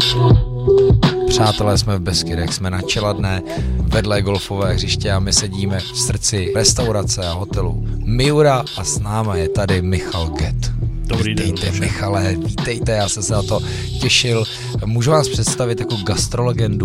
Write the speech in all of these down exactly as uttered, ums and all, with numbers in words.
Přátelé, jsme v Beskydech, jsme na Čeladné, vedle golfové hřiště a my sedíme v srdci restaurace a hotelu Miura a s náma je tady Michal Get. Dobrý den. Vítejte, Michale, vítejte, já jsem se na to těšil. Můžu vás představit jako gastrolegendu?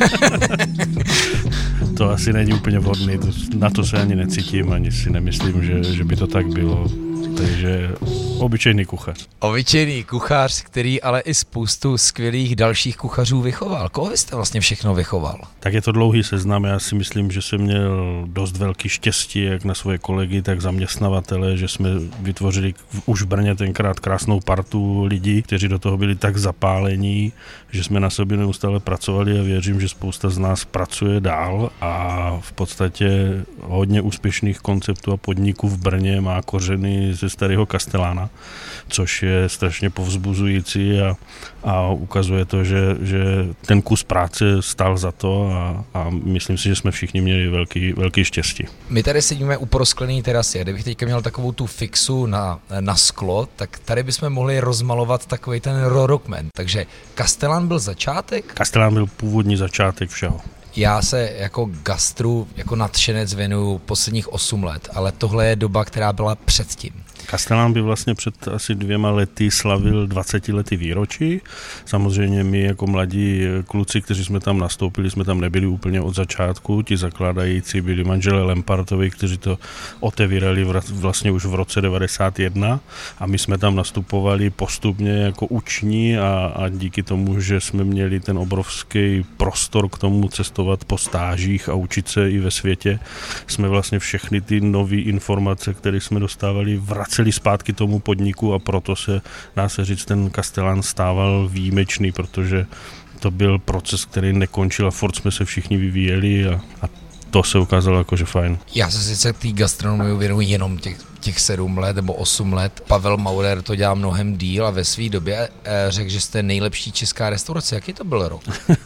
To asi není úplně vhodný, to, na to se ani necítím, ani si nemyslím, že, že by to tak bylo. Takže obyčejný kuchař. Obyčejný kuchař, který ale i spoustu skvělých dalších kuchařů vychoval. Koho vy jste vlastně všechno vychoval? Tak je to dlouhý seznam, já si myslím, že jsem měl dost velký štěstí, jak na svoje kolegy, tak zaměstnavatele, že jsme vytvořili už v Brně tenkrát krásnou partu lidí, kteří do toho byli tak zapálení, že jsme na sobě neustále pracovali a věřím, že spousta z nás pracuje dál a v podstatě hodně úspěšných konceptů a podniků v Brně má kořeny ze starého Castellana, což je strašně povzbuzující a, a ukazuje to, že, že ten kus práce stál za to a, a myslím si, že jsme všichni měli velký, velký štěstí. My tady sedíme u prosklené terasy. Kdybych teďka měl takovou tu fixu na, na sklo, tak tady bychom mohli rozmalovat takový ten rorokmen. Takže Castellan byl začátek? Castellan byl původní začátek všeho. Já se jako gastru, jako nadšenec věnuju posledních osm let, ale tohle je doba, která byla předtím. Castellan by vlastně před asi dvěma lety slavil dvacetiletý výročí. Samozřejmě my jako mladí kluci, kteří jsme tam nastoupili, jsme tam nebyli úplně od začátku. Ti zakládající byli manželé Lempartovi, kteří to otevírali vlastně už v roce devadesát jedna a my jsme tam nastupovali postupně jako uční a, a díky tomu, že jsme měli ten obrovský prostor k tomu cestovat po stážích a učit se i ve světě, jsme vlastně všechny ty nové informace, které jsme dostávali, vraceli celý zpátky tomu podniku a proto se, dá se říct, ten Castellan stával výjimečný, protože to byl proces, který nekončil a furt jsme se všichni vyvíjeli a, a to se ukázalo jako, že fajn. Já se sice té gastronomii věnuji jenom těch, těch sedm let nebo osm let. Pavel Maurer to dělá mnohem díl a ve své době eh, řekl, že jste nejlepší česká restaurace. Jaký to byl rok?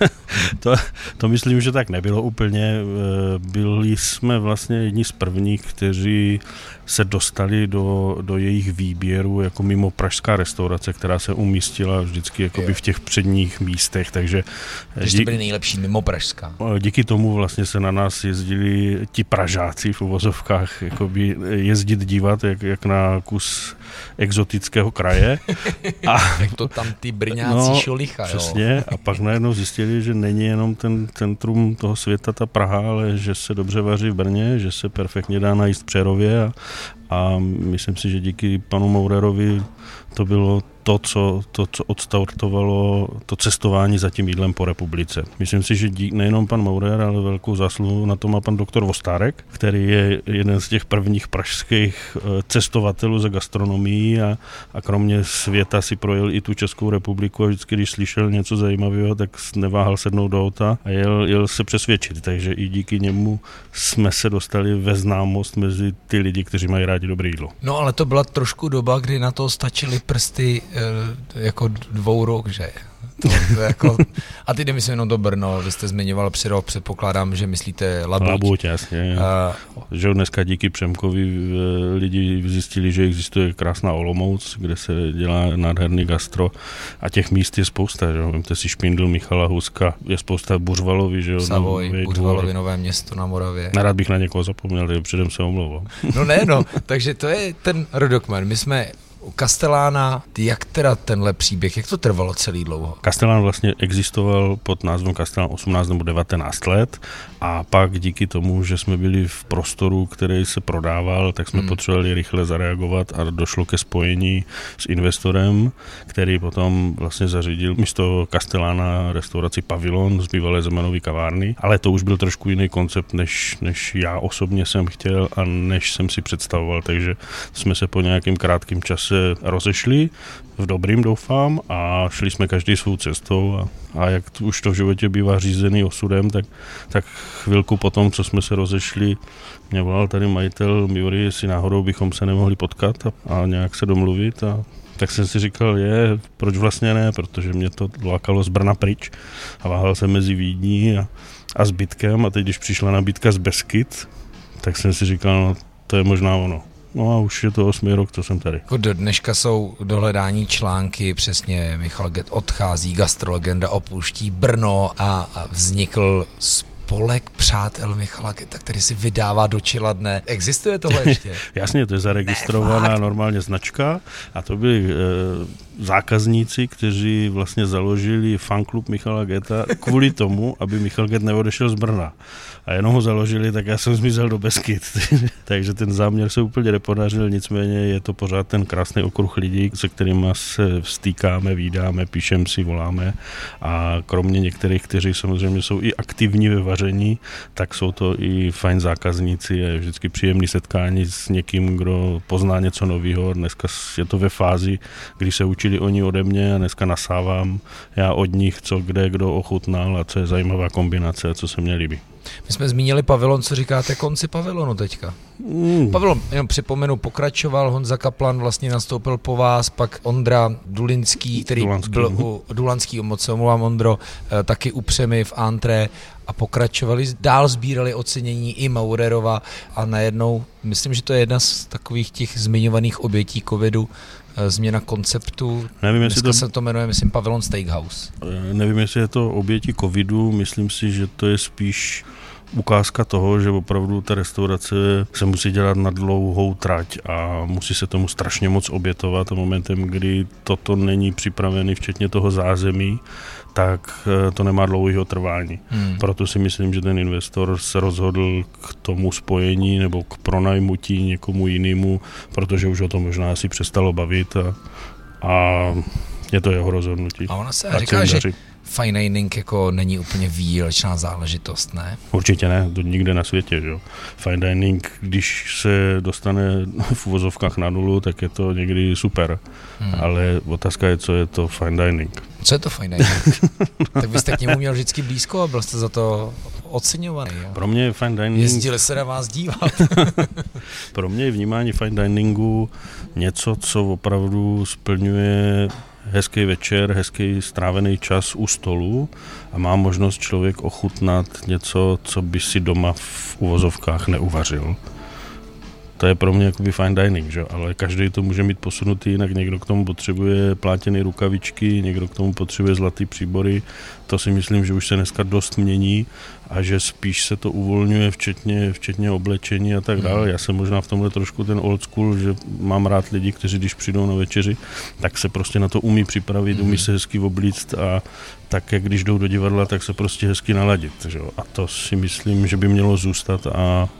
to, to myslím, že tak nebylo úplně. Byli jsme vlastně jedni z prvních, kteří se dostali do, do jejich výběru jako mimo pražská restaurace, která se umístila vždycky jakoby v těch předních místech, takže... Takže jste byli nejlepší mimo pražská. Díky tomu vlastně se na nás jezdili ti Pražáci v uvozovkách jakoby jezdit dívat jak, jak na kus exotického kraje. A, jak to tam ty Brňáci no, šolicha, jo. Přesně, a pak najednou zjistili, že není jenom ten centrum toho světa, ta Praha, ale že se dobře vaří v Brně, že se perfektně dá najíst v Přerově a, a myslím si, že díky panu Maurerovi to bylo to, co, to, co odstartovalo to cestování za tím jídlem po republice. Myslím si, že dík, nejenom pan Maurer, ale velkou zásluhu na to má pan doktor Vostárek, který je jeden z těch prvních pražských cestovatelů za gastronomií a, a kromě světa si projel i tu Českou republiku a vždycky, když slyšel něco zajímavého, tak neváhal sednout do auta a jel, jel se přesvědčit. Takže i díky němu jsme se dostali ve známost mezi ty lidi, kteří mají rádi dobré jídlo. No ale to byla trošku doba, kdy na to stačily prsty jako dvou rok, že? To, to jako, a teď nemyslím jenom do Brno, vy jste zmiňoval Přerov, předpokládám, že myslíte Labuť. Labuť, jasně. Uh, že dneska díky Přemkovi lidi zjistili, že existuje krásná Olomouc, kde se dělá nádherný gastro a těch míst je spousta, že? Vemte si Špindl, Michala Huska, je spousta Buřvalovy, že jo? Savoj, Buřvalovy, Nové Město na Moravě. Rád bych na někoho zapomněl, takže předem se omlouval. No ne, no, takže to je ten rodokmen. My jsme u Castellana, jak teda tenhle příběh, jak to trvalo celý dlouho? Castellan vlastně existoval pod názvem Castellan osmnáct nebo devatenáct let a pak díky tomu, že jsme byli v prostoru, který se prodával, tak jsme hmm. potřebovali rychle zareagovat a došlo ke spojení s investorem, který potom vlastně zařídil místo Castellana restauraci Pavilon z bývalé Zemanovy kavárny, ale to už byl trošku jiný koncept, než, než já osobně jsem chtěl a než jsem si představoval, takže jsme se po nějakém krátkém čase rozešli, v dobrým doufám, a šli jsme každý svou cestou a, a jak už to v životě bývá řízený osudem, tak, tak chvilku potom, co jsme se rozešli, mě volal tady majitel Miury, jestli náhodou bychom se nemohli potkat a, a nějak se domluvit a tak jsem si říkal, je, proč vlastně ne, protože mě to lákalo z Brna pryč a váhal jsem mezi Vídní a, a zbytkem a teď, když přišla nabídka z Beskyd, tak jsem si říkal, no to je možná ono. No a už je to osmý rok, co jsem tady. Jako do dneška jsou dohledání články, přesně Michal Gett odchází, gastrolegenda opouští Brno a, a vznikl spolek přátel Michala Getta, který si vydává do čela dne. Existuje tohle ještě? Jasně, to je zaregistrovaná ne, normálně značka a to byli e, zákazníci, kteří vlastně založili fanklub Michala Getta kvůli tomu, aby Michal Gett neodešel z Brna. A jenom ho založili, tak já jsem zmizel do Beskyd. Takže ten záměr se úplně nepodařil, nicméně je to pořád ten krásný okruh lidí, se kterými se vstýkáme, vídáme, píšeme si, voláme a kromě některých, kteří samozřejmě jsou i aktivní ve vaření, tak jsou to i fajn zákazníci a je vždycky příjemný setkání s někým, kdo pozná něco nového. Dneska je to ve fázi, kdy se učili oni ode mě a dneska nasávám já od nich, co kde kdo ochutnal a co je zajímavá kombinace a co se mně líbí. My jsme zmínili pavilon, co říkáte konci pavilonu teďka? Mm. Pavilon, jenom připomenu, pokračoval, Honza Kaplan vlastně nastoupil po vás, pak Ondra Dulinský, který Dulanský. byl u Dulanský, moc se omlouvám Ondro, taky u Přemy v Antré a pokračovali, dál sbírali ocenění i Maurerova a najednou, myslím, že to je jedna z takových těch zmiňovaných obětí covidu, změna konceptu. Nevím, jestli Dneska to... se to jmenuje, myslím, Pavilon Steakhouse. Nevím, jestli je to oběti covidu, myslím si, že to je spíš ukázka toho, že opravdu ta restaurace se musí dělat na dlouhou trať a musí se tomu strašně moc obětovat a momentem, kdy toto není připravený, včetně toho zázemí, tak to nemá dlouhého trvání. Hmm. Proto si myslím, že ten investor se rozhodl k tomu spojení nebo k pronajmutí někomu jinému, protože už o tom možná asi přestalo bavit a, a je to jeho rozhodnutí. A ona se říká, že fine dining jako není úplně výjimečná záležitost, ne? Určitě ne, to nikde na světě, že jo. Fine dining, když se dostane v uvozovkách na nulu, tak je to někdy super, hmm. ale otázka je, co je to fine dining. Co je to fine dining? Tak byste k němu měl vždycky blízko a byl jste za to oceňovaný. Jo? Pro mě je fine dining... Jezdili se na vás dívat. Pro mě je vnímání fine diningu něco, co opravdu splňuje hezký večer, hezký strávený čas u stolu a má možnost člověk ochutnat něco, co by si doma v uvozovkách neuvařil. To je pro mě jakoby fine dining, že? Ale každý to může mít posunutý jinak. Někdo k tomu potřebuje plátěné rukavičky, někdo k tomu potřebuje zlatý příbory. To si myslím, že už se dneska dost mění a že spíš se to uvolňuje, včetně, včetně oblečení a tak dále. Já jsem možná v tomhle trošku ten old school, že mám rád lidi, kteří když přijdou na večeři, tak se prostě na to umí připravit, umí se hezky oblíct a tak, jak když jdou do divadla, tak se prostě hezky naladit. Že? A to si myslím, že by mělo zůstat a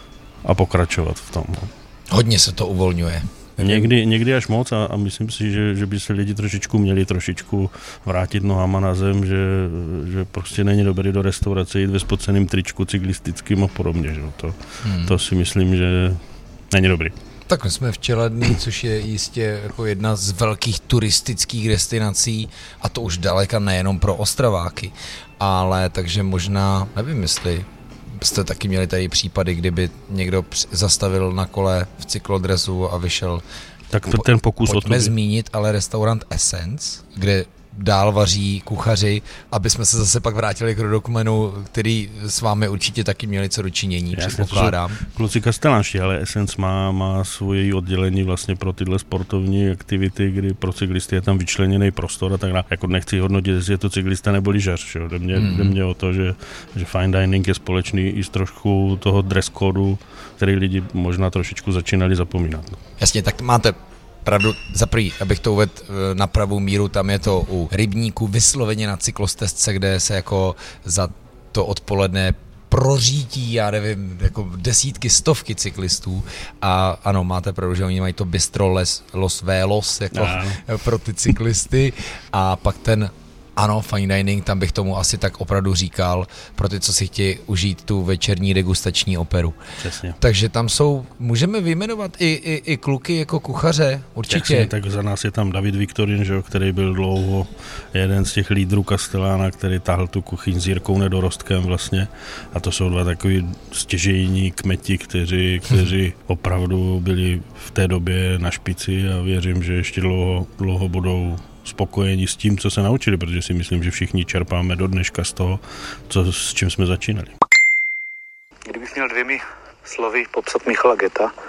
a pokračovat v tom. Hodně se to uvolňuje. Někdy, někdy až moc a, a myslím si, že, že by se lidi trošičku měli trošičku vrátit nohama na zem, že, že prostě není dobré do restaurace jít ve spoceném tričku cyklistickým a podobně. Že? To, hmm. to si myslím, že není dobrý. Tak my jsme v Čeladní, což je jistě jako jedna z velkých turistických destinací a to už daleka nejenom pro Ostraváky, ale takže možná, nevím jestli jste taky měli tady případy, kdyby někdo zastavil na kole v cyklodresu a vyšel. Tak to ten pokus Pojďme o tobě. zmínit ale restaurant Essence, kde dál vaří kuchaři, aby jsme se zase pak vrátili k rodokmenu, který s vámi určitě taky měli co dočinění, předpokládám. Kluci kastelánští, ale Essence má, má svoje oddělení vlastně pro tyhle sportovní aktivity, kdy pro cyklisty je tam vyčleněný prostor a tak dále. Jako nechci hodnotit, jestli je to cyklista nebo lyžař. Jde mě, mm. jde mě o to, že, že fine dining je společný i z trošku toho dress codu, který lidi možná trošičku začínali zapomínat. Jasně, tak máte pravdu, za prvý, abych to uvedl na pravou míru, tam je to u Rybníku vysloveně na cyklostezce, kde se jako za to odpoledne prořítí, já nevím, jako desítky, stovky cyklistů a ano, máte pravdu, že oni mají to bistro les, Los Velos jako no. pro ty cyklisty a pak ten ano, fine dining, tam bych tomu asi tak opravdu říkal, pro ty, co si chtějí užít tu večerní degustační operu. Přesně. Takže tam jsou, můžeme vyjmenovat i, i, i kluky jako kuchaře, určitě. Jasně, tak za nás je tam David Viktorin, že, který byl dlouho jeden z těch lídrů Castellana, který táhl tu kuchyň s Jirkou Nedorostkem vlastně a to jsou dva takový stěžejní kmeti, kteří, kteří opravdu byli v té době na špici a věřím, že ještě dlouho, dlouho budou spokojení s tím, co se naučili, protože si myslím, že všichni čerpáme do dneška z toho, co, s čím jsme začínali. Kdybych měl dvěmi slovy popsat Michala Getta,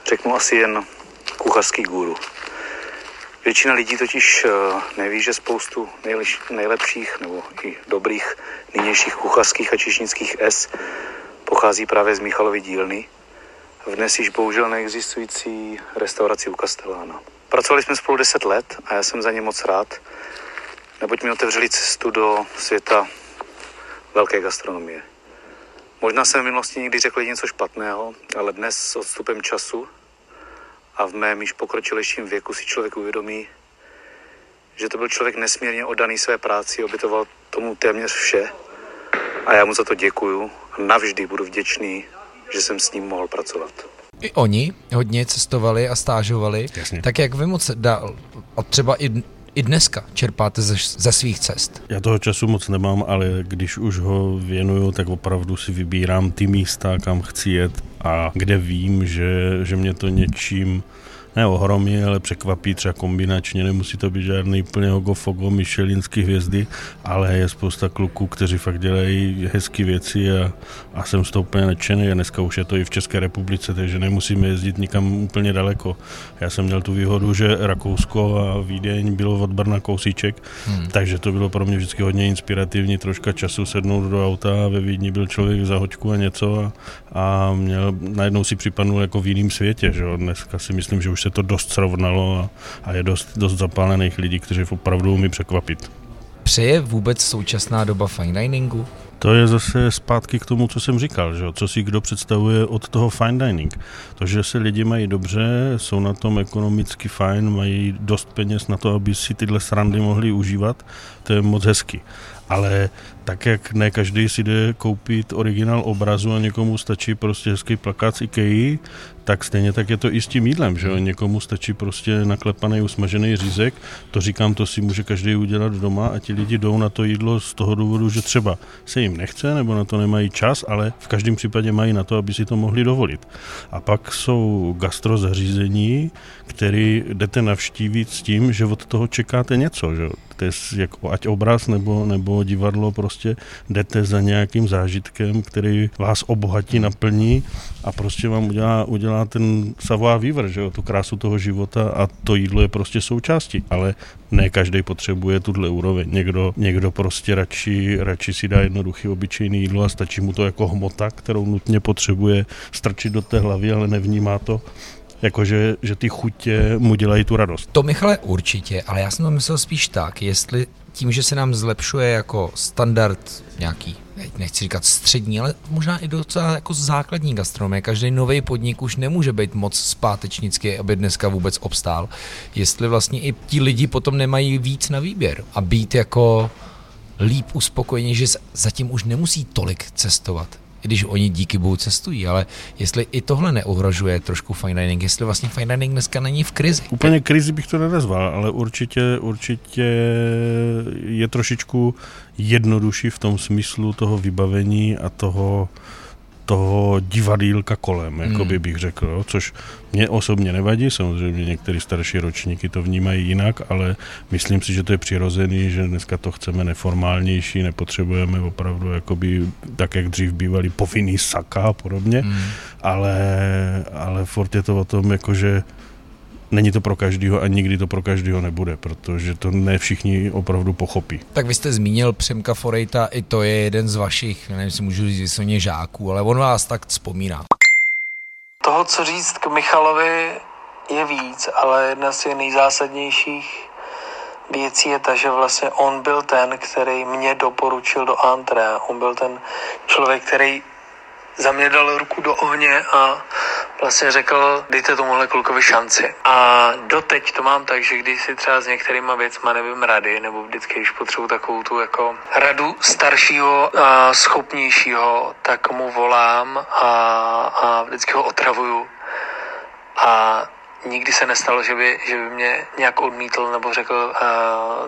Řeknu asi jen kuchařský guru. Většina lidí totiž neví, že spoustu nejlepších nebo i dobrých nynějších kuchařských a číšnických es pochází právě z Michalovy dílny, v dnes již bohužel neexistující restauraci u Castellana. Pracovali jsme spolu deset let a já jsem za ně moc rád, neboť mi otevřeli cestu do světa velké gastronomie. Možná jsem v minulosti někdy řekl něco špatného, ale dnes s odstupem času a v mém již pokročilejším věku si člověk uvědomí, že to byl člověk nesmírně oddaný své práci, obětoval tomu téměř vše a já mu za to děkuju a navždy budu vděčný, že jsem s ním mohl pracovat. I oni hodně cestovali a stážovali, Jasně. Tak jak vy moc dál, a třeba i, i dneska čerpáte ze, ze svých cest? Já toho času moc nemám, ale když už ho věnuju, tak opravdu si vybírám ty místa, kam chci jet a kde vím, že, že mě to něčím neohromí, ale překvapí třeba kombinačně, nemusí to být žádný úplně hogo-fogo michelinský hvězdy, ale je spousta kluků, kteří fakt dělají hezké věci a, a jsem z toho úplně nadšený a dneska už je to i v České republice, takže nemusíme jezdit nikam úplně daleko. Já jsem měl tu výhodu, že Rakousko a Vídeň bylo od Brna kousíček, hmm. takže to bylo pro mě vždycky hodně inspirativní, troška času sednout do auta a ve Vídni byl člověk za hoďku a něco a, a měl, najednou si připadnul jako v jiném světě, že jo? Dneska si myslím, že už se to dost srovnalo a, a je dost, dost zapálených lidí, kteří opravdu umí překvapit. Přeje vůbec současná doba fine diningu? To je zase zpátky k tomu, co jsem říkal, že? Co si kdo představuje od toho fine dining. To, že se lidi mají dobře, jsou na tom ekonomicky fajn, mají dost peněz na to, aby si tyhle srandy mohli užívat, to je moc hezky. Ale tak, jak ne každý si jde koupit originál obrazu a někomu stačí prostě hezký plakát z IKEA, tak stejně tak je to i s tím jídlem, že jo? Někomu stačí prostě naklepaný usmažený řízek, to říkám, to si může každý udělat doma a ti lidi jdou na to jídlo z toho důvodu, že třeba se jim nechce nebo na to nemají čas, ale v každém případě mají na to, aby si to mohli dovolit. A pak jsou gastrozařízení, který jdete navštívit s tím, že od toho čekáte něco, že jo? To je jako ať obraz nebo, nebo divadlo, prostě jdete za nějakým zážitkem, který vás obohatí, naplní a prostě vám udělá, udělá ten savoir vivre, že jo, tu krásu toho života a to jídlo je prostě součástí, ale ne každý potřebuje tuhle úroveň. Někdo, někdo prostě radši, radši si dá jednoduchý obyčejný jídlo a stačí mu to jako hmota, kterou nutně potřebuje strčit do té hlavy, ale nevnímá to, jakože že ty chutě mu dělají tu radost. To, Michale, určitě, ale já jsem to myslel spíš tak, jestli tím, že se nám zlepšuje jako standard nějaký, nechci říkat střední, ale možná i docela jako základní gastronomie. Každý nový podnik už nemůže být moc zpátečnický, aby dneska vůbec obstál. Jestli vlastně i ti lidi potom nemají víc na výběr a být jako líp uspokojení, že zatím už nemusí tolik cestovat. I když oni díky bohu cestují, ale jestli i tohle neohrožuje trošku fine dining, jestli vlastně fine dining dneska není v krizi. Úplně krizi bych to nenazval, ale určitě, určitě je trošičku jednodušší v tom smyslu toho vybavení a toho, toho divadýlka kolem, jako by bych řekl, což mě osobně nevadí, samozřejmě některé starší ročníky to vnímají jinak, ale myslím si, že to je přirozený, že dneska to chceme neformálnější, nepotřebujeme opravdu jakoby, tak jak dřív bývali povinný saka a podobně, mm. ale, ale furt je to o tom, jakože není to pro každýho a nikdy to pro každýho nebude, protože to ne všichni opravdu pochopí. Tak vy jste zmínil Přemka Forejta, i to je jeden z vašich, nevím, jestli můžu říct vysloveně žáků, ale on vás tak vzpomíná. Toho, co říct k Michalovi, je víc, ale jedna z těch nejzásadnějších věcí je ta, že vlastně on byl ten, který mě doporučil do antré. On byl ten člověk, který za mě dal ruku do ohně a vlastně řekl, dejte tomuhle klukovi šanci. A doteď to mám tak, že když si třeba s některýma věcma nevím rady, nebo vždycky, když potřebuji takovou tu jako radu staršího a schopnějšího, tak mu volám a, a vždycky ho otravuju. A nikdy se nestalo, že by, že by mě nějak odmítl nebo řekl, uh,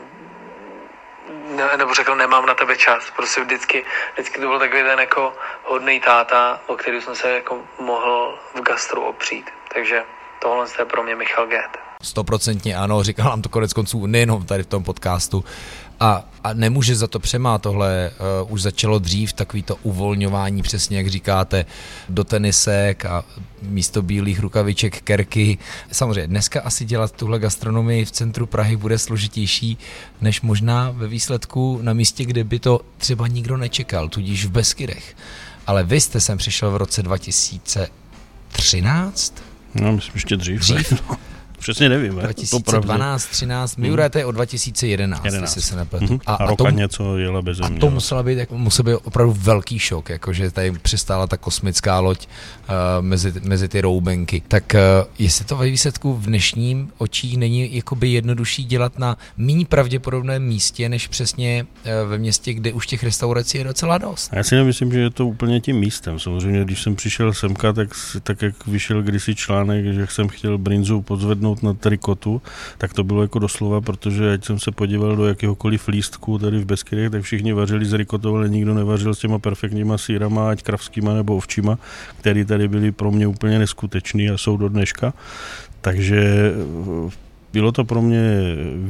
ne, nebo řekl, nemám na tebe čas. Prostě vždycky, vždycky to byl takový ten jako hodnej táta, o který jsem se jako mohl v gastru opřít. Takže tohle je pro mě Michal Gét. Stoprocentně ano, říkal nám to konec konců nejenom tady v tom podcastu. A, a nemůže za to přemát, tohle uh, už začalo dřív, takový to uvolňování, přesně jak říkáte, do tenisek a místo bílých rukaviček kerky. Samozřejmě dneska asi dělat tuhle gastronomii v centru Prahy bude složitější, než možná ve výsledku na místě, kde by to třeba nikdo nečekal, tudíž v Beskydech. Ale vy jste sem přišel v roce dva tisíce třináct? No, myslím ještě dřív. Dřív? No. Přesně nevím. dva tisíce dvanáct, třináct, my hrajete o dva tisíce jedenáct, jestli se nepletu. Mm-hmm. A, a, a roka něco jela beze mě. A to musela být, jako, musel být opravdu velký šok, jakože tady přistála ta kosmická loď uh, mezi, mezi ty roubenky. Tak uh, jestli to ve výsledku v dnešním očích není jakoby jednodušší dělat na méně pravděpodobném místě, než přesně uh, ve městě, kde už těch restaurací je docela dost. Já si nemyslím, že je to úplně tím místem. Samozřejmě, když jsem přišel semka, tak, tak jak vyšel kdysi článek, že jsem chtěl brinzu podzvednout na trikotu, tak to bylo jako doslova, protože ať jsem se podíval do jakéhokoliv lístku tady v Beskydech, tak všichni vařili z rikotou, ale nikdo nevařil s těma perfektníma sýrama, ať kravskýma nebo ovčíma, který tady byly pro mě úplně neskutečný a jsou do dneška. Takže bylo to pro mě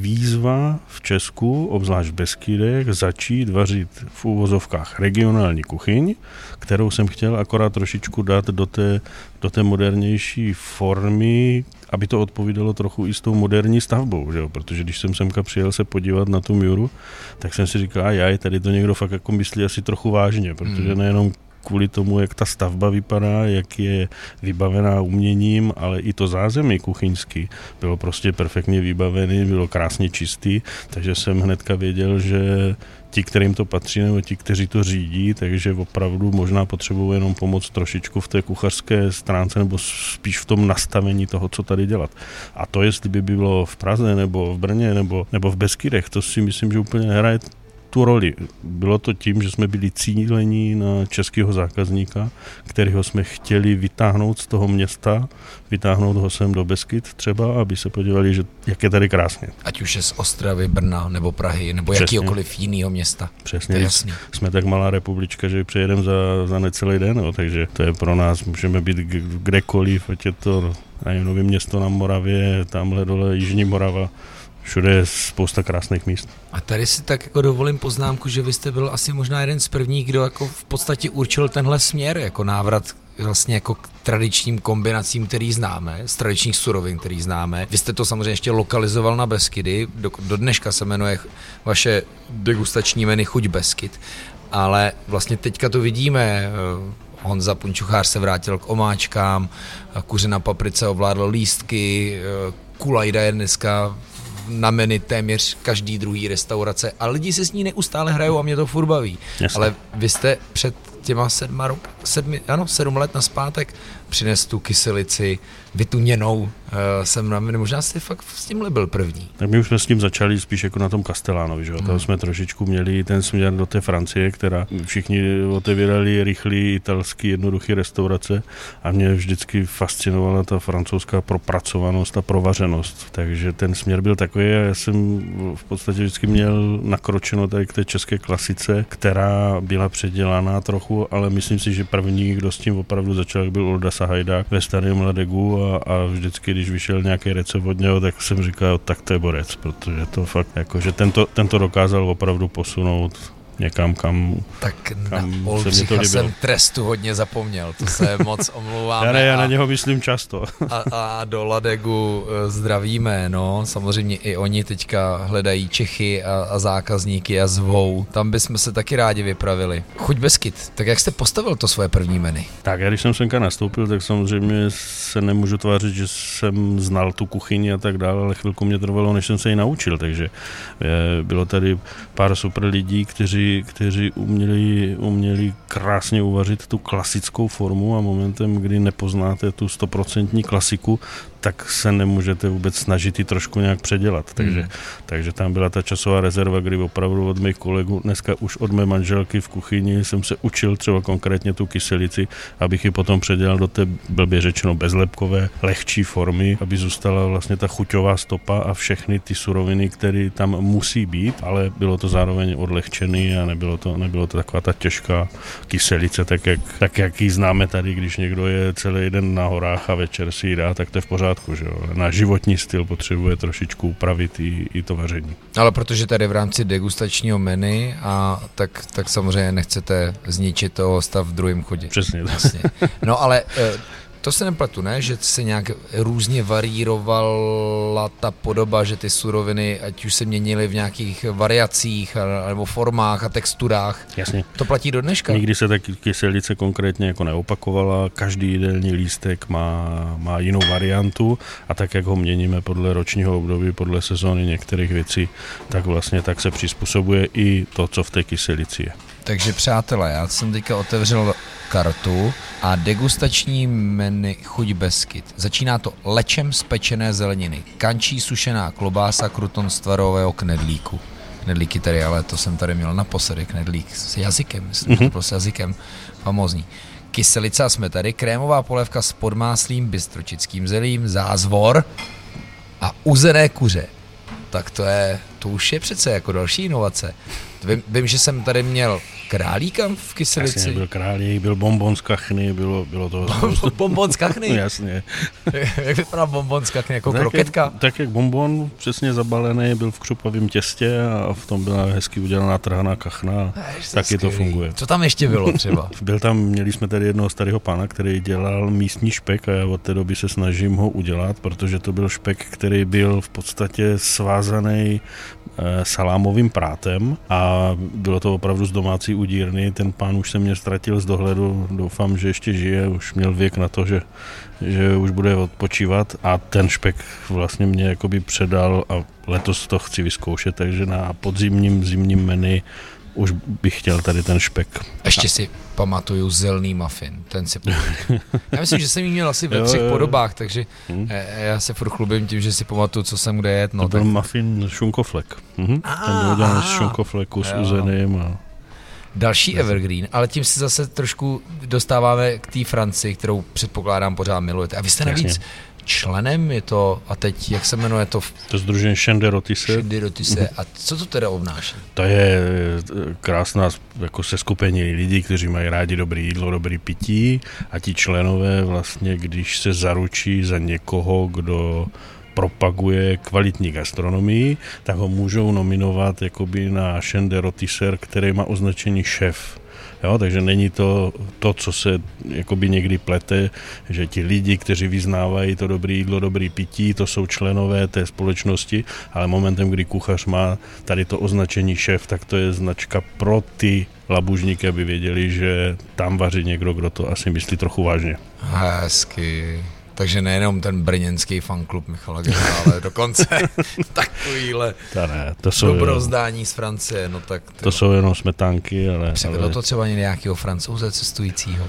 výzva v Česku, obzvlášť v Beskydech, začít vařit v úvozovkách regionální kuchyň, kterou jsem chtěl akorát trošičku dát do té, do té modernější formy, aby to odpovídalo trochu i s tou moderní stavbou, že jo? Protože když jsem semka přijel se podívat na tu Miuru, tak jsem si říkal, a jaj, tady to někdo fakt jako myslí asi trochu vážně, protože nejenom kvůli tomu, jak ta stavba vypadá, jak je vybavená uměním, ale i to zázemí kuchyňský bylo prostě perfektně vybavený, bylo krásně čistý, takže jsem hnedka věděl, že ti, kterým to patří, nebo ti, kteří to řídí, takže opravdu možná potřebují jenom pomoc trošičku v té kuchařské stránce, nebo spíš v tom nastavení toho, co tady dělat. A to, jestli by bylo v Praze, nebo v Brně, nebo, nebo v Beskydech, to si myslím, že úplně nehraje tu roli. Bylo to tím, že jsme byli cílení na českého zákazníka, kterého jsme chtěli vytáhnout z toho města, vytáhnout ho sem do Beskyd třeba, aby se podívali, že jak je tady krásně. Ať už je z Ostravy, Brna nebo Prahy, nebo přesně jakýkoliv jinýho města. Přesně. To je jasný. Jsme tak malá republička, že přejedeme za, za necelý den, no, takže to je pro nás, můžeme být kdekoliv, ať je to Nové Město na Moravě, tamhle dole Jižní Morava, všude je spousta krásných míst. A tady si tak jako dovolím poznámku, že vy jste byl asi možná jeden z prvních, kdo jako v podstatě určil tenhle směr, jako návrat vlastně jako k tradičním kombinacím, který známe, z tradičních surovin, který známe. Vy jste to samozřejmě ještě lokalizoval na Beskydy, do, do dneška se jmenuje vaše degustační menu Chuť Beskyd, ale vlastně teďka to vidíme, Honza Punčuchář se vrátil k omáčkám, kuře na paprice ovládl lístky, kulajda je dneska na menu téměř každý druhý restaurace a lidi se s ní neustále hrajou a mě to furt baví. Jasně. Ale vy jste před těma sedma rok, sedmi, ano, sedm let naspátek přines tu kyselici vytuněnou uh, jsem na menu. Možná jste fakt s tímhle byl první. Tak my už jsme s tím začali spíš jako na tom Castellanovi, že jo? Hmm. Tam jsme trošičku měli ten směr do té Francie, která všichni otevírali rychlý italský jednoduchý restaurace a mě vždycky fascinovala ta francouzská propracovanost a provařenost. Takže ten směr byl takový a já jsem v podstatě vždycky měl nakročeno tady k té české klasice, která byla předělaná trochu, ale myslím si, že první, kdo s tím opravdu začal, byl Olda Sahajdák ve Starém Ladegu a, a vždycky, když vyšel nějaký recept od něho, tak jsem říkal, tak to je borec, protože to fakt, jako, že tento, tento dokázal opravdu posunout někam, kam, tak kam na Oldřicha jsem trestu hodně zapomněl, to se moc omlouváme. Já, ne, já na něho myslím často. A, a do Ladegu zdravíme, no, samozřejmě i oni teďka hledají Čechy a, a zákazníky a zvou, tam bychom se taky rádi vypravili. Chuť Beskyd, tak jak jste postavil to svoje první menu? Tak já když jsem semka nastoupil, tak samozřejmě se nemůžu tvářit, že jsem znal tu kuchyni a tak dále, ale chvilku mě trvalo, než jsem se ji naučil, takže bylo tady pár super lidí, kteří kteří uměli, uměli krásně uvařit tu klasickou formu a momentem, kdy nepoznáte tu stoprocentní klasiku, tak se nemůžete vůbec snažit ji trošku nějak předělat. Takže, mm. takže tam byla ta časová rezerva, kdy opravdu od mých kolegů, dneska už od mé manželky v kuchyni jsem se učil třeba konkrétně tu kyselici, abych ji potom předělal do té blbě řečeno bezlepkové, lehčí formy, aby zůstala vlastně ta chuťová stopa a všechny ty suroviny, které tam musí být, ale bylo to zároveň odlehčený a nebylo to, nebylo to taková ta těžká kyselice, tak jak, tak jak ji známe tady, když někdo je celý den na horách a večer si ji dá, tak to je v pořádku, že jo. Náš životní styl potřebuje trošičku upravit i, i to vaření. Ale protože tady v rámci degustačního menu a tak, tak samozřejmě nechcete zničit toho hosta v druhém chodě. Přesně. Vlastně. No ale to se nepletu, ne? Že se nějak různě varírovala ta podoba, že ty suroviny, ať už se měnily v nějakých variacích nebo formách a texturách. Jasně. To platí do dneška? Nikdy se ta kyselice konkrétně jako neopakovala, každý jídelní lístek má, má jinou variantu a tak, jak ho měníme podle ročního období, podle sezóny některých věcí, tak vlastně tak se přizpůsobuje i to, co v té kyselici je. Takže přátelé, já jsem teďka otevřel kartu a degustační menu Chuť Beskyd. Začíná to lečem z pečené zeleniny, kančí sušená klobása, kruton z tvarového knedlíku. Knedlíky tady, ale to jsem tady měl naposledy, knedlík s jazykem, myslím, mm-hmm. prostě jazykem, famózní. Kyselica jsme tady, krémová polévka s podmáslým, bystročickým zelím, zázvor a uzené kuře. Tak to je, to už je přece jako další inovace. Vím, vím, že jsem tady měl králíka v kyselici. Jasně, byl králík, byl bonbon z kachny, bylo, bylo to... Bonbon z kachny? Jasně. Jak vypadá bonbon z kachny, jako tak kroketka? Jak, tak jak bonbon, přesně zabalený, byl v křupavém těstě a v tom byla hezky udělaná trhaná kachna, taky to funguje. Co tam ještě bylo třeba? Byl tam, měli jsme tady jednoho starého pána, který dělal místní špek a já od té doby se snažím ho udělat, protože to byl špek, který byl v podstatě svázaný e, salámovým prátem a bylo to opravdu z domácí udírny. Ten pán už se mě ztratil z dohledu, doufám, že ještě žije, už měl věk na to, že, že už bude odpočívat a ten špek vlastně mě jakoby předal a letos to chci vyzkoušet, takže na podzimním zimním menu už bych chtěl tady ten špek. Ještě si pamatuju zelný muffin, ten si pamatuju. Já myslím, že jsem jí měl asi ve třech jo, jo. podobách, takže hmm. já se furt chlubím tím, že si pamatuju, co jsem kde jet. No, to byl tak... muffin šunkoflek. Mhm. Ten byl udělaný z šunkofleku s uzeným. A... Další evergreen, ale tím si zase trošku dostáváme k té Francii, kterou předpokládám pořád milujete. A vy jste navíc členem, je to, a teď, jak se jmenuje to? To sdružení Chien de Rôtissé. Chien de Rôtissé. A co to teda obnáší? To je krásná jako seskupení lidí, kteří mají rádi dobré jídlo, dobré pití a ti členové vlastně, když se zaručí za někoho, kdo propaguje kvalitní gastronomii, tak ho můžou nominovat jakoby na Chien de Rôtissé, který má označení šéf. Jo, takže není to to, co se jakoby někdy plete, že ti lidi, kteří vyznávají to dobré jídlo, dobré pití, to jsou členové té společnosti, ale momentem, kdy kuchař má tady to označení šéf, tak to je značka pro ty labužníky, aby věděli, že tam vaří někdo, kdo to asi myslí trochu vážně. Hezky. Takže nejenom ten brněnský fanklub Michala Gerha, ale dokonce takovýhle to ne, to jsou dobrozdání z Francie. No tak to jsou jenom smetánky, ale... Převedlo ale... to třeba nějakého Francouze cestujícího?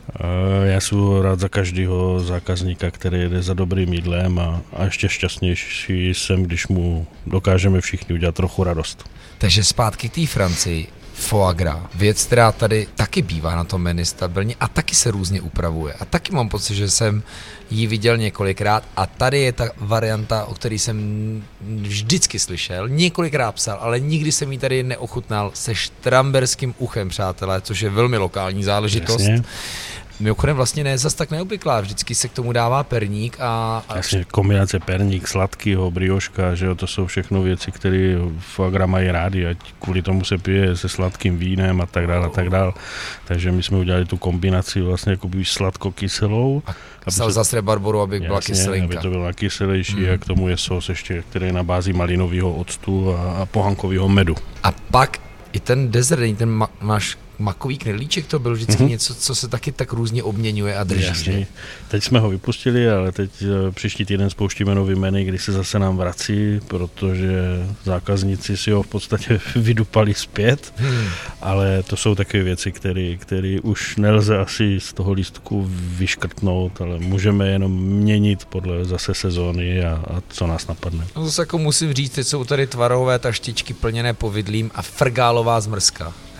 Já jsem rád za každého zákazníka, který jede za dobrým jídlem a, a ještě šťastnější jsem, když mu dokážeme všichni udělat trochu radost. Takže zpátky k té Francii. Foie gras, věc, která tady taky bývá na tom menu stabilně a taky se různě upravuje. A taky mám pocit, že jsem ji viděl několikrát a tady je ta varianta, o které jsem vždycky slyšel, několikrát psal, ale nikdy jsem ji tady neochutnal se štramberským uchem, přátelé, což je velmi lokální záležitost. Jasně. Mimochodem vlastně ne zas tak neobvyklá, vždycky se k tomu dává perník a... a... Jasně, kombinace perník, sladkýho, brioška, že jo, to jsou všechno věci, které foie gras mají rádi, ať kvůli tomu se pije se sladkým vínem a tak dále a tak dále. Takže my jsme udělali tu kombinaci vlastně jakoby sladko-kyselou. A salsa s rebarboru, aby byla kyselinka. Aby to byla kyselější mm. a k tomu je sos ještě, který je na bázi malinového octu a, a pohankového medu. A pak i ten dezert, ten ma- máš makový knedlíček, to byl vždycky mm-hmm. něco, co se taky tak různě obměňuje a drží. Jasně. Teď jsme ho vypustili, ale teď příští týden spouštíme nový menu, kdy se zase nám vrací, protože zákazníci si ho v podstatě vydupali zpět, hmm. ale to jsou takové věci, které už nelze asi z toho lístku vyškrtnout, ale můžeme jenom měnit podle zase sezóny a, a co nás napadne. No zase jako musím říct, teď jsou tady tvarové taštičky plněné povidlím a frgálová zmrzka.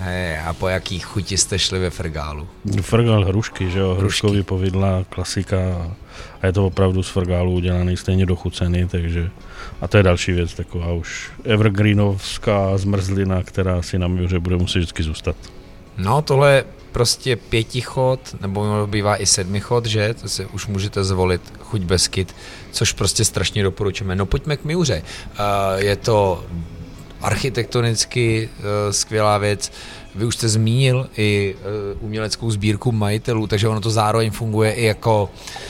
Hej, a po jaký chuti jste šli ve Frgálu? Frgál hrušky, že jo, hruškový povidla, klasika a je to opravdu z Frgálu udělaný stejně dochucený, takže a to je další věc, taková už evergreenovská zmrzlina, která si na Miuře bude muset vždycky zůstat. No, tohle je prostě pětichod, nebo bývá i sedmichod, že? To si už můžete zvolit, chuť Beskyd, což prostě strašně doporučujeme. No pojďme k Miuře. Uh, je to architektonicky uh, skvělá věc. Vy už jste zmínil i uh, uměleckou sbírku majitelů, takže ono to zároveň funguje i jako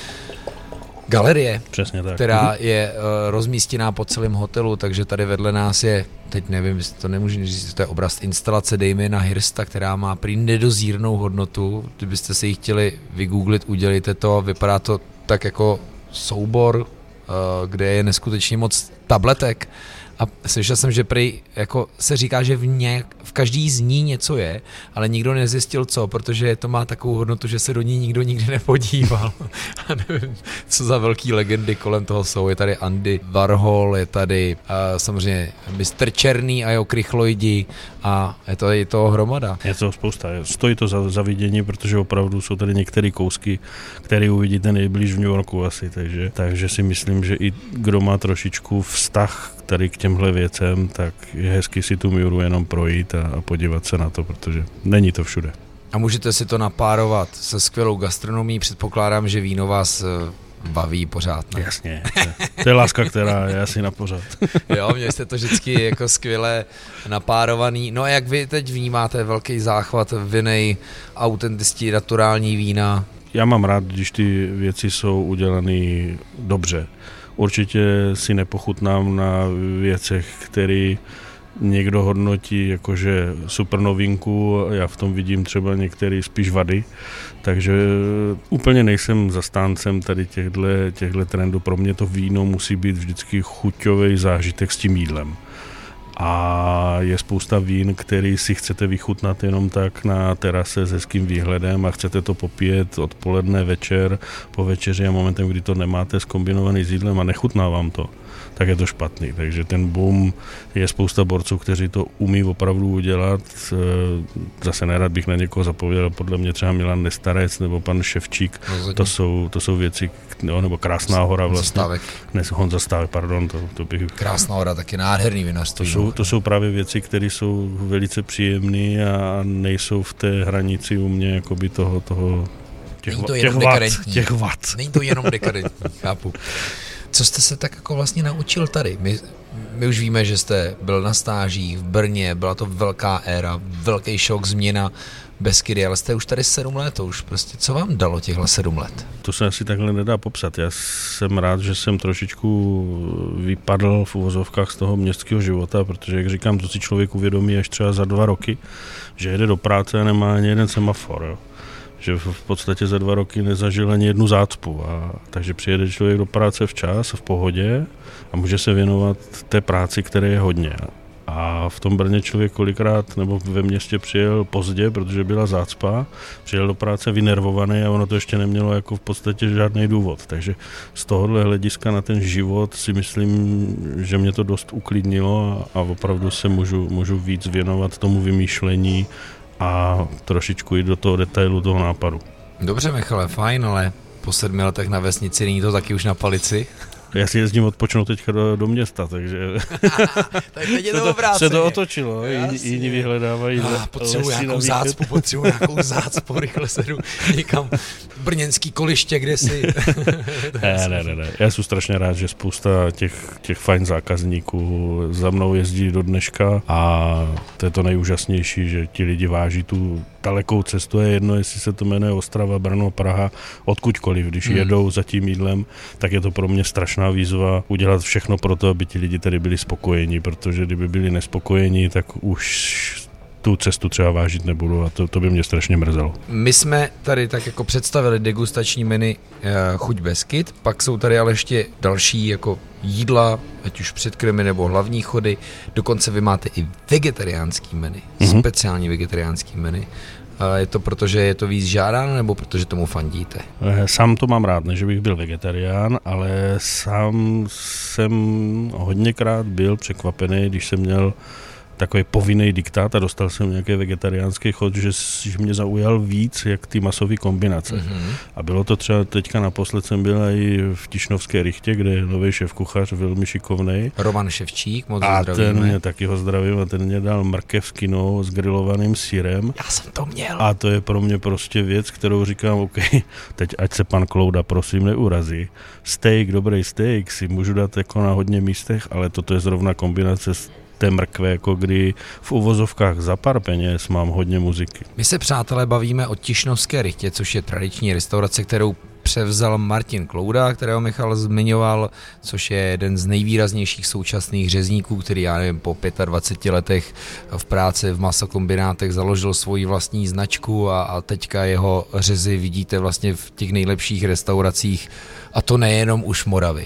galerie, přesně tak, která je uh, rozmístěná po celém hotelu, takže tady vedle nás je, teď nevím, to nemůžu říct, to je obraz instalace Damiena Hirsta, která má prý nedozírnou hodnotu. Kdybyste si ji chtěli vygooglit, udělejte to, vypadá to tak jako soubor, uh, kde je neskutečně moc tabletek. A slyšel jsem, že prý jako se říká, že v, ně, v každý z ní něco je, ale nikdo nezjistil co, protože to má takovou hodnotu, že se do ní nikdo nikdy nepodíval. A nevím, co za velký legendy kolem toho jsou. Je tady Andy Warhol, je tady uh, samozřejmě mister Černý a jeho krychloidi a je to, je to hromada. Je to spousta. Stojí to za, za vidění, protože opravdu jsou tady některé kousky, které uvidíte nejblíž v New Yorku asi, takže, takže si myslím, že i kdo má trošičku vztah tady k těmhle věcem, tak je hezky si tu Miuru jenom projít a, a podívat se na to, protože není to všude. A můžete si to napárovat se skvělou gastronomií, předpokládám, že víno vás baví pořád. Ne? Jasně, to je láska, která je asi na pořád. Jo, měli jste to vždycky jako skvěle napárovaný. No a jak vy teď vnímáte velký záchvat vinej, autentický, naturální vína? Já mám rád, když ty věci jsou udělané dobře. Určitě si nepochutnám na věcech, které někdo hodnotí jakože super novinku, já v tom vidím třeba některé spíš vady, takže úplně nejsem zastáncem tady těchto trendů. Pro mě to víno musí být vždycky chuťový zážitek s tím jídlem. A je spousta vín, který si chcete vychutnat jenom tak na terase s hezkým výhledem a chcete to popíjet odpoledne, večer, po večeři a momentem, kdy to nemáte zkombinovaný s jídlem a nechutná vám to, tak je to špatný. Takže ten boom, je spousta borců, kteří to umí opravdu udělat. Zase nerad bych na někoho zapověděl, podle mě třeba Milan Nestarec nebo pan Ševčík, no, to, jsou, to jsou věci, no, nebo Krásná hora vlastně. Ne, Honza Stávek, pardon. To, to bych... Krásná hora, taky nádherný vinařství. To jsou, to jsou právě věci, které jsou velice příjemné a nejsou v té hranici u mě jakoby toho, toho těch, Není to těch, jenom vat, dekadentní. těch vat. Není to jenom dekadentní, chápu. Co jste se tak jako vlastně naučil tady? My, my už víme, že jste byl na stážích v Brně, byla to velká éra, velký šok, změna Beskydy, ale jste už tady sedm let, to už prostě, co vám dalo těchhle sedm let? To se asi takhle nedá popsat. Já jsem rád, že jsem trošičku vypadl v uvozovkách z toho městského života, protože, jak říkám, to si člověk uvědomí až třeba za dva roky, že jede do práce a nemá ani jeden semafor, jo. Že v podstatě za dva roky nezažil ani jednu zácpu. A, takže přijede člověk do práce včas, v pohodě a může se věnovat té práci, které je hodně. A v tom Brně člověk kolikrát nebo ve městě přijel pozdě, protože byla zácpa, přijel do práce vynervovaný a ono to ještě nemělo jako v podstatě žádný důvod. Takže z tohohle hlediska na ten život si myslím, že mě to dost uklidnilo a, a opravdu se můžu, můžu víc věnovat tomu vymýšlení a trošičku jít do toho detailu toho nápadu. Dobře, Michale, fajn, ale po sedmi letech na vesnici není to taky už na palici? Já si jezdím odpočnout teďka do, do města, takže tak teď je to se to otočilo, jiní, jiní vyhledávají ah, potřebuji nějakou zácpu, potřebuji nějakou zácpu, rychle sedu někam brněnský koliště, kde si. ne, ne, ne, ne, já jsem strašně rád, že spousta těch, těch fajn zákazníků za mnou jezdí do dneška a to je to nejúžasnější, že ti lidi váží tu dalekou cestu, je jedno, jestli se to jmenuje Ostrava, Brno, Praha, odkudkoliv, když hmm. jedou za tím jídlem, tak je to pro mě strašná výzva udělat všechno pro to, aby ti lidi tady byli spokojení, protože kdyby byli nespokojení, tak už tu cestu třeba vážit nebudu a to, to by mě strašně mrzelo. My jsme tady tak jako představili degustační menu uh, Chuť Beskyd, pak jsou tady ale ještě další jako jídla, ať už předkrmy nebo hlavní chody, dokonce vy máte i vegetariánský menu, mm-hmm. speciální vegetariánský menu. Je to proto, že je to víc žádáno, nebo protože tomu fandíte? Sám to mám rád, ne, že bych byl vegetarián, ale sám jsem hodněkrát byl překvapený, když jsem měl takový povinný diktát a dostal jsem nějaký vegetariánský chod, že, že mě zaujal víc, jak ty masové kombinace. Mm-hmm. A bylo to třeba teďka naposled jsem byl i v Tišnovské Richtě, kde je nový šéfkuchař, velmi šikovnej. Roman Ševčík, moc a zdravíme. ten mě, taky ho zdravím, a ten mě dal mrkev s kinou s grilovaným syrem. Já jsem to měl. A to je pro mě prostě věc, kterou říkám, OK, teď ať se pan Klouda prosím neurazí. Steak, dobrý steak si můžu dát jako na hodně místech, ale toto je zrovna kombinace s té mrkve, jako kdy v uvozovkách za pár peněz mám hodně muziky. My se, přátelé, bavíme o Tišnovské Richtě, což je tradiční restaurace, kterou převzal Martin Klouda, kterého Michal zmiňoval, což je jeden z nejvýraznějších současných řezníků, který, já nevím, po dvaceti pěti letech v práci v masokombinátech založil svoji vlastní značku a, a teďka jeho řezy vidíte vlastně v těch nejlepších restauracích, a to nejenom už Moravy.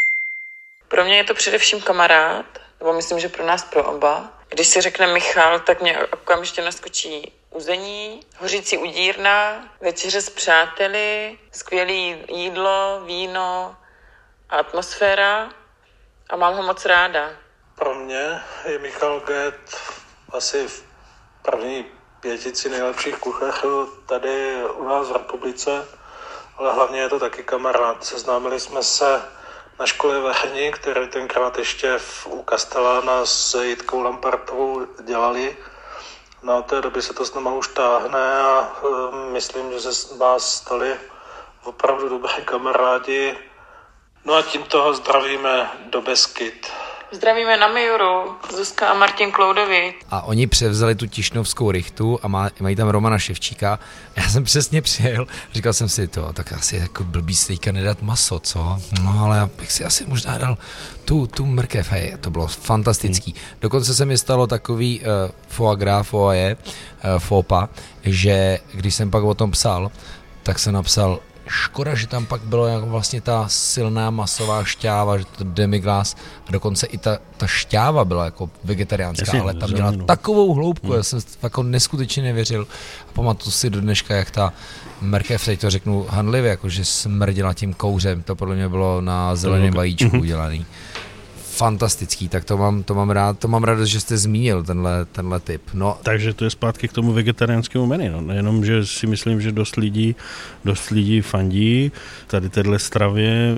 Pro mě je to především kamarád, nebo myslím, že pro nás pro oba. Když si řekne Michal, tak mě okamžitě naskočí uzení, hořící udírna, večeře s přáteli, skvělé jídlo, víno a atmosféra a mám ho moc ráda. Pro mě je Michal Gett asi v první pětici nejlepších kuchařů tady u nás v republice, ale hlavně je to taky kamarád. Seznámili jsme se na škole v Hrni, který tenkrát ještě v, u Kastelána s Jitkou Lampartovou dělali. No, od té doby se to s náma už táhne a uh, myslím, že se z nás stali opravdu dobrý kamarádi. No a tímto ho zdravíme do Beskyd. Zdravíme na Mijoru, Zuzka a Martin Kloudovi. A oni převzali tu Tišnovskou Richtu a má, mají tam Romana Ševčíka. Já jsem přesně přijel, říkal jsem si to, tak asi jako blbý stejka nedat maso, co? No ale já bych si asi možná dal tu, tu mrkev, hej, to bylo fantastický. Hmm. Dokonce se mi stalo takový uh, foie gras, foie, uh, fopa, že když jsem pak o tom psal, tak jsem napsal, škoda, že tam pak bylo jako vlastně ta silná masová šťáva, že to demiglas, a dokonce i ta, ta šťáva byla jako vegetariánská, Jasně, ale tam měla no. takovou hloubku, hmm. já jsem jako neskutečně nevěřil. A pamatuju si do dneška, jak ta mrkev, teď to řeknu handlivě, jako že smrdila tím kouřem, to podle mě bylo na zeleném vajíčku udělaný. Fantastický, tak to mám, to mám rád, to mám rád, že jste zmínil tenhle, tenhle typ. No. Takže to je zpátky k tomu vegetariánskému menu, no. Nejenom, že si myslím, že dost lidí, dost lidí fandí tady téhle stravě,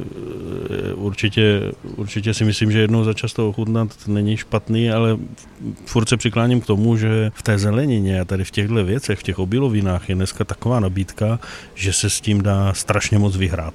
určitě, určitě si myslím, že jednou za čas to ochutnat není špatný, ale furt se přikláním k tomu, že v té zelenině a tady v těchto věcech, v těch obilovinách je dneska taková nabídka, že se s tím dá strašně moc vyhrát.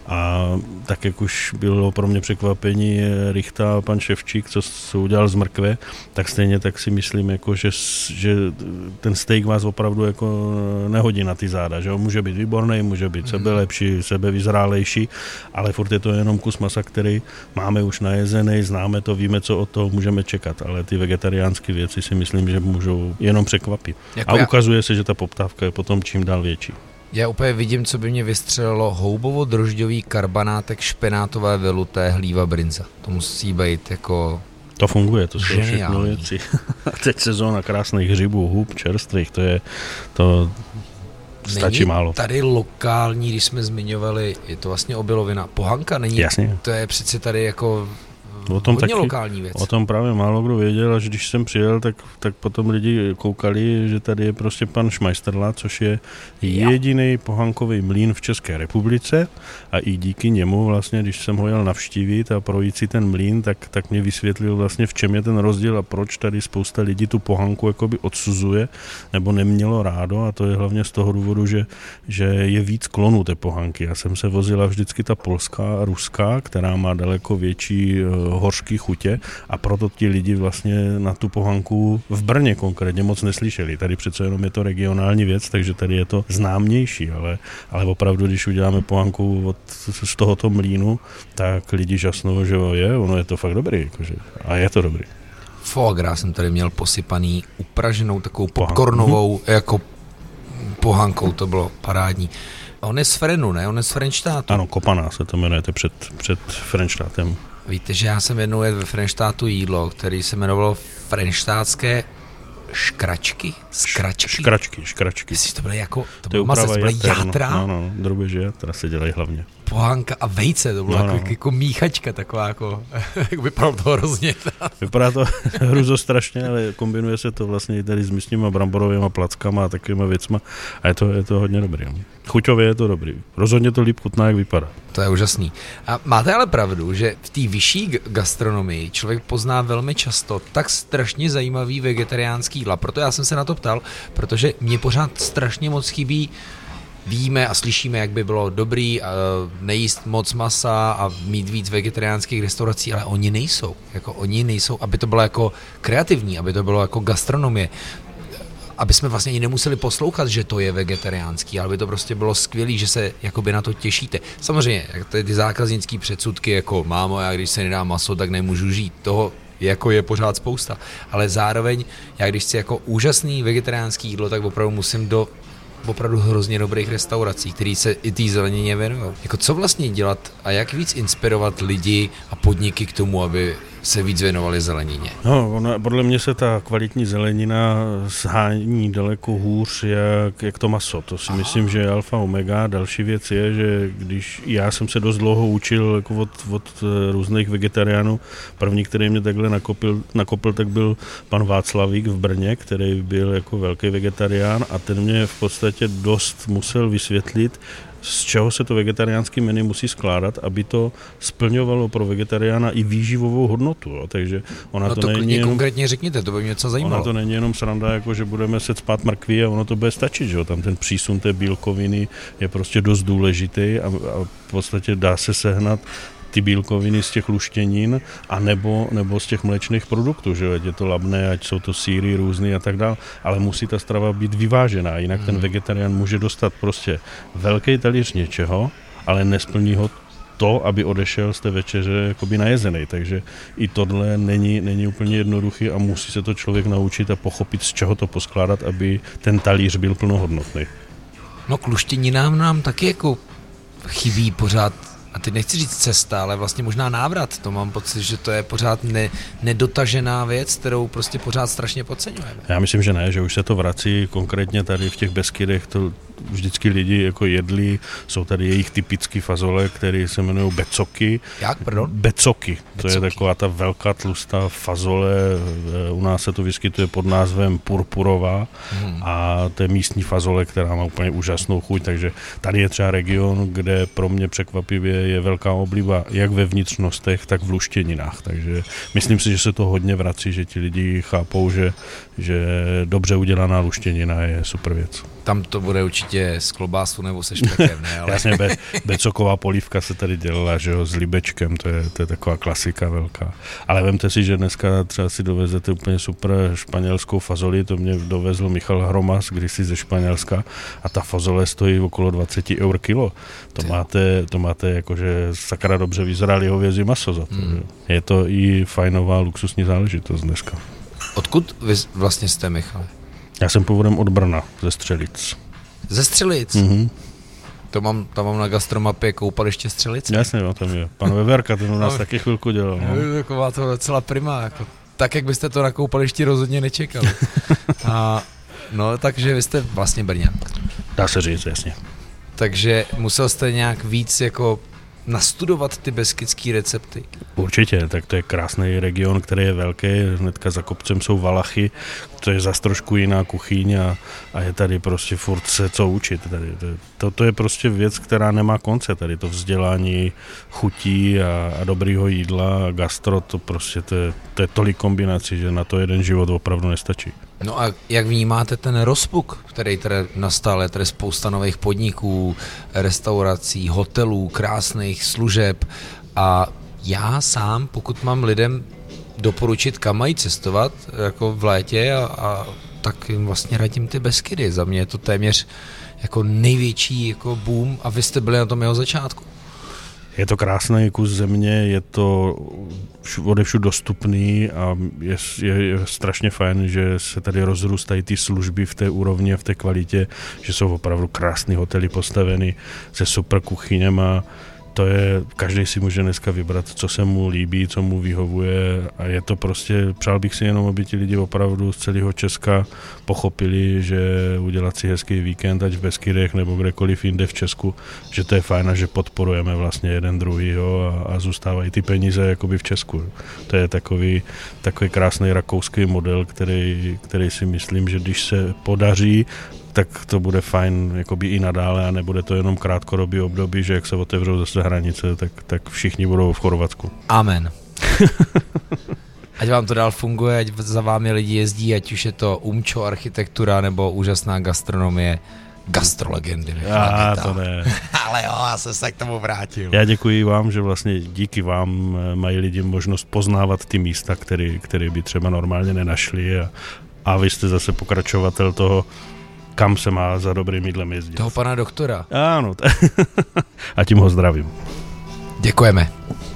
A tak, jak už bylo pro mě překvapení Richta a pan Ševčík, co, co udělal z mrkve, tak stejně tak si myslím, jako, že, že ten steak vás opravdu jako nehodí na ty záda. Že? Může být výborný, může být sebelepší, sebevyzrálejší, ale furt je to jenom kus masa, který máme už najezený, známe to, víme, co od toho můžeme čekat, ale ty vegetariánské věci si myslím, že můžou jenom překvapit. Jako a já... ukazuje se, že ta poptávka je potom čím dál větší. Já úplně vidím, co by mě vystřelilo: houbovo-drožďový karbanátek, špenátové veluté, hlíva brinza. To musí být jako... To funguje, to jsou všechno věci. A teď sezóna krásných hřibů, hub, čerstvých, to je... To stačí není málo. Tady lokální, když jsme zmiňovali, je to vlastně obilovina. Pohanka není... Jasně. To je přeci tady jako... O tom, taky, lokální věc. O tom právě málo kdo věděl, až když jsem přijel, tak, tak potom lidi koukali, že tady je prostě pan Šmajsterla, což je jediný pohankový mlýn v České republice, a i díky němu vlastně, když jsem ho jel navštívit a projít si ten mlýn, tak, tak mě vysvětlil vlastně, v čem je ten rozdíl a proč tady spousta lidí tu pohanku jakoby odsuzuje nebo nemělo rádo, a to je hlavně z toho důvodu, že, že je víc klonů té pohanky. Já jsem se vozila vždycky ta polská a ruská, která má daleko větší hořký chutě, a proto ti lidi vlastně na tu pohanku v Brně konkrétně moc neslyšeli. Tady přece jenom je to regionální věc, takže tady je to známější, ale, ale opravdu, když uděláme pohanku od, z tohoto mlýnu, tak lidi žasnou, že je, ono je to fakt dobrý. Jakože, a je to dobrý. Foie gras jsem tady měl posypaný upraženou takovou popcornovou mm-hmm. jako pohankou, to bylo parádní. On je z Frenu, ne? On je z Frenštátu. Ano, Kopaná se to jmenujete před, před Frenštátem. Víte, že já jsem jednou jedl ve Frenštátu jídlo, který se jmenovalo frenštátské škračky? Skračky? Škračky, škračky. Myslíš, to byly jako, to, to bylo masa, to byly játra? No, no, droběže játra se dělají hlavně. pohánka a vejce, to byla no, jako, no. jako míchačka taková, jako, jak vypadalo to hrozně. Vypadá to hruzostrašně, ale kombinuje se to vlastně i tady s místníma bramborovými plackama a takovýma věcma a je to, je to hodně dobrý. Chuťově je to dobrý. Rozhodně to líp chutná, jak vypadá. To je úžasný. A máte ale pravdu, že v té vyšší gastronomii člověk pozná velmi často tak strašně zajímavý vegetariánský jídla. Proto já jsem se na to ptal, protože mě pořád strašně moc chybí. Víme a slyšíme, jak by bylo dobrý nejíst moc masa a mít víc vegetariánských restaurací, ale oni nejsou. Jako oni nejsou, aby to bylo jako kreativní, aby to bylo jako gastronomie. Aby jsme vlastně ani nemuseli poslouchat, že to je vegetariánský, ale aby to prostě bylo skvělý, že se jakoby na to těšíte. Samozřejmě, ty, ty zákaznický předsudky, jako mámo, já když se nedám maso, tak nemůžu žít. Toho jako je pořád spousta. Ale zároveň, já když chci jako úžasný vegetariánský jídlo, tak opravdu musím do opravdu hrozně dobrých restaurací, který se i té zelenině věnují. Jako co vlastně dělat a jak víc inspirovat lidi a podniky k tomu, aby se víc věnovali zelenině? No, ona, podle mě se ta kvalitní zelenina shání daleko hůř jak, jak to maso. To si Aha. myslím, že je alfa omega. Další věc je, že když já jsem se dost dlouho učil jako od, od různých vegetariánů, první, který mě takhle nakopil, nakopil, tak byl pan Václavík v Brně, který byl jako velký vegetarián a ten mě v podstatě dost musel vysvětlit, z čeho se to vegetariánský menu musí skládat, aby to splňovalo pro vegetariána i výživovou hodnotu. Jo. Takže ona no to, to není jenom, konkrétně řekněte, to by mě něco zajímalo. Ona to není jenom sranda, jako že budeme se cpát mrkví a ono to bude stačit. Že? Tam ten přísun té bílkoviny je prostě dost důležitý a, a v podstatě dá se sehnat ty bílkoviny z těch luštěnin a nebo, nebo z těch mléčných produktů, že ať je to labné, ať jsou to sýry různý a tak dále, ale musí ta strava být vyvážená, jinak hmm. ten vegetarián může dostat prostě velký talíř něčeho, ale nesplní ho to, aby odešel z té večeře jakoby najezený, takže i tohle není, není úplně jednoduchý a musí se to člověk naučit a pochopit, z čeho to poskládat, aby ten talíř byl plnohodnotný. No k luštěninám nám taky jako chybí pořád. A teď nechci říct cesta, ale vlastně možná návrat. To mám pocit, že to je pořád ne, nedotažená věc, kterou prostě pořád strašně podceňujeme. Já myslím, že ne, že už se to vrací konkrétně tady v těch Beskydech, to vždycky lidi jako jedli, jsou tady jejich typické fazole, které se jmenují becoky. Jak, pardon? Becoky. To becoky. Je taková ta velká tlustá fazole, u nás se to vyskytuje pod názvem purpurová hmm. a to je místní fazole, která má úplně úžasnou chuť, takže tady je třeba region, kde pro mě překvapivě je velká obliba jak ve vnitřnostech, tak v luštěninách, takže myslím si, že se to hodně vrací, že ti lidi chápou, že, že dobře udělaná luštěnina je super věc. Tam to bude určitě z klobásu nebo se špekem, ne? Ale... Jasně, be, becoková polívka se tady dělala, že jo, s libečkem, to je, to je taková klasika velká. Ale vemte si, že dneska třeba si dovezete úplně super španělskou fazoli, to mě dovezl Michal Hromas kdysi ze Španělska a ta fazole stojí okolo dvacet eur kilo. To Ty. máte, to máte jakože sakra dobře vyzrálý hovězí maso za to. Hmm. Je to i fajnová luxusní záležitost dneska. Odkud vy vlastně jste, Michale? Já jsem původem od Brna, ze Střelic. Ze Střelic? Mhm. To mám, tam mám na gastromapě koupaliště Střelice. Jasně, no, tam je. Pan Veverka, ten u nás no, taky chvilku dělal. No. Taková to docela prima, jako. Tak, jak byste to na koupališti rozhodně nečekali. A, no, takže vy jste vlastně Brňák. Dá se říct, jasně. Takže musel jste nějak víc jako nastudovat ty beskydský recepty? Určitě, tak to je krásný region, který je velký, hnedka za kopcem jsou Valachy, to je zas trošku jiná kuchyň a, a je tady prostě furt se co učit. Tady. To, to je prostě věc, která nemá konce, tady to vzdělání chutí a, a dobrýho jídla a gastro, to prostě to je, to je tolik kombinací, že na to jeden život opravdu nestačí. No a jak vnímáte ten rozpuk, který tady nastal, je tady spousta nových podniků, restaurací, hotelů, krásných služeb a já sám, pokud mám lidem doporučit, kam mají cestovat jako v létě a, a tak jim vlastně radím ty Beskydy. Za mě je to téměř jako největší jako boom a vy jste byli na tom jeho začátku. Je to krásný kus země, je to odevšud dostupný a je, je, je strašně fajn, že se tady rozrůstají ty služby v té úrovni a v té kvalitě, že jsou opravdu krásný hotely postaveny se super kuchyněma. to je, každý si může dneska vybrat, co se mu líbí, co mu vyhovuje a je to prostě, přál bych si jenom, aby ti lidi opravdu z celého Česka pochopili, že udělat si hezký víkend, ať v Beskydech nebo kdekoliv jinde v Česku, že to je fajn a že podporujeme vlastně jeden druhýho a, a zůstávají ty peníze jakoby v Česku. To je takový, takový krásný rakouský model, který, který si myslím, že když se podaří, tak to bude fajn jakoby i nadále a nebude to jenom krátkodobý období, že jak se otevřou zase hranice, tak, tak všichni budou v Chorvatsku. Amen. Ať vám to dál funguje, ať za vámi lidi jezdí, ať už je to umčo architektura nebo úžasná gastronomie, gastrolegendy. Já to ne. Ale jo, já jsem se k tomu vrátil. Já děkuji vám, že vlastně díky vám mají lidi možnost poznávat ty místa, které, které by třeba normálně nenašli a, a vy jste zase pokračovatel toho, kam se má za dobrým jídlem jezdit. Toho pana doktora. Ano, a tím ho zdravím. Děkujeme.